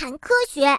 谈科学。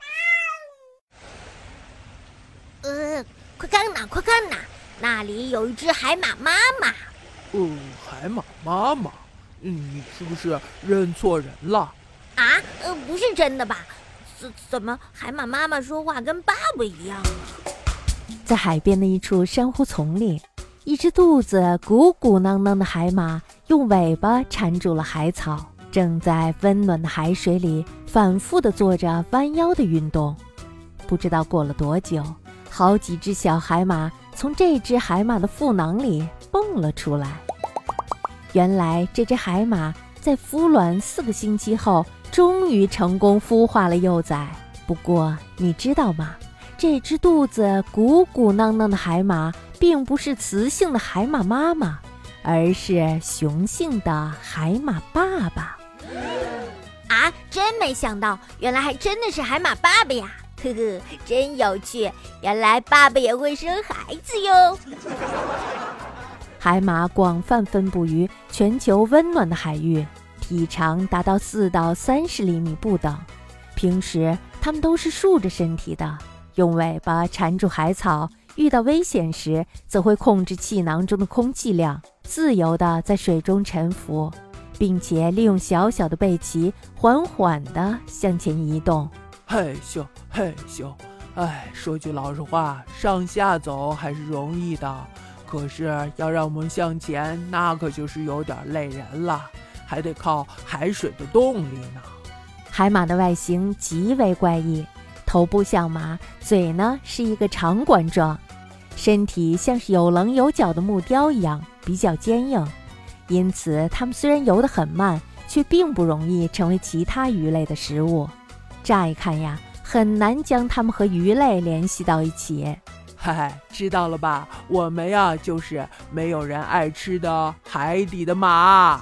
快看呐，快看呐，那里有一只海马妈妈。 海马妈妈，你是不是认错人了？ 啊，不是真的吧？怎么海马妈妈说话跟爸爸一样啊？ 在海边的一处珊瑚丛里，一只肚子鼓鼓囊囊的海马用尾巴缠住了海草，正在温暖的海水里反复地做着弯腰的运动。不知道过了多久，好几只小海马从这只海马的腹囊里蹦了出来。原来这只海马在孵卵4个星期后，终于成功孵化了幼崽。不过你知道吗？这只肚子鼓鼓囊囊的海马并不是雌性的海马妈妈，而是雄性的海马爸爸。 啊，真没想到，原来还真的是海马爸爸呀！呵呵，真有趣，原来爸爸也会生孩子哟。 海马广泛分布于全球温暖的海域，体长达到4到30厘米不等。平时它们都是竖着身体的，用尾巴缠住海草，遇到危险时则会控制气囊中的空气量，自由地在水中沉浮，并且利用小小的背鳍缓缓地向前移动。 嘿咻嘿咻，说句老实话，上下走还是容易的，可是要让我们向前，那可就是有点累人了，还得靠海水的动力呢。 海马的外形极为怪异，头部像马，嘴呢是一个长管状，身体像是有棱有角的木雕一样，比较坚硬。因此它们虽然游得很慢，却并不容易成为其他鱼类的食物。乍一看呀，很难将它们和鱼类联系到一起。 知道了吧？我们呀，就是没有人爱吃的海底的马。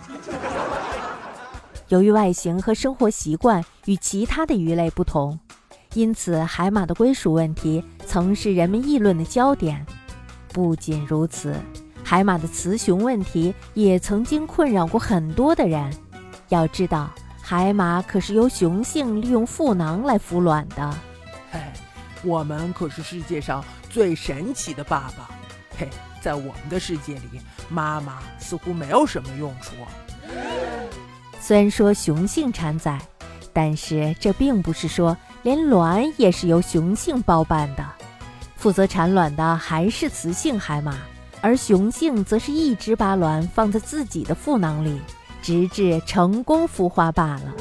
由于外形和生活习惯与其他的鱼类不同，因此海马的归属问题曾是人们议论的焦点。不仅如此，海马的雌雄问题也曾经困扰过很多的人。要知道，海马可是由雄性利用腹囊来孵卵的。 我们可是世界上最神奇的爸爸。在我们的世界里，妈妈似乎没有什么用处。 虽然说雄性产崽，但是这并不是说连卵也是由雄性包办的。负责产卵的还是雌性海马，而雄性则是一直把卵放在自己的腹囊里，直至成功孵化罢了。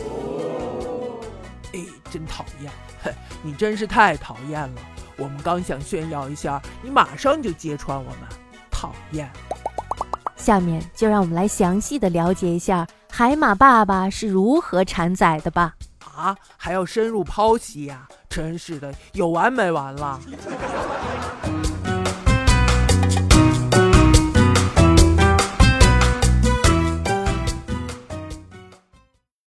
真讨厌！你真是太讨厌了。我们刚想炫耀一下，你马上就揭穿我们，讨厌。 下面就让我们来详细的了解一下海马爸爸是如何产崽的吧。 还要深入剖析呀？真是的，有完没完了？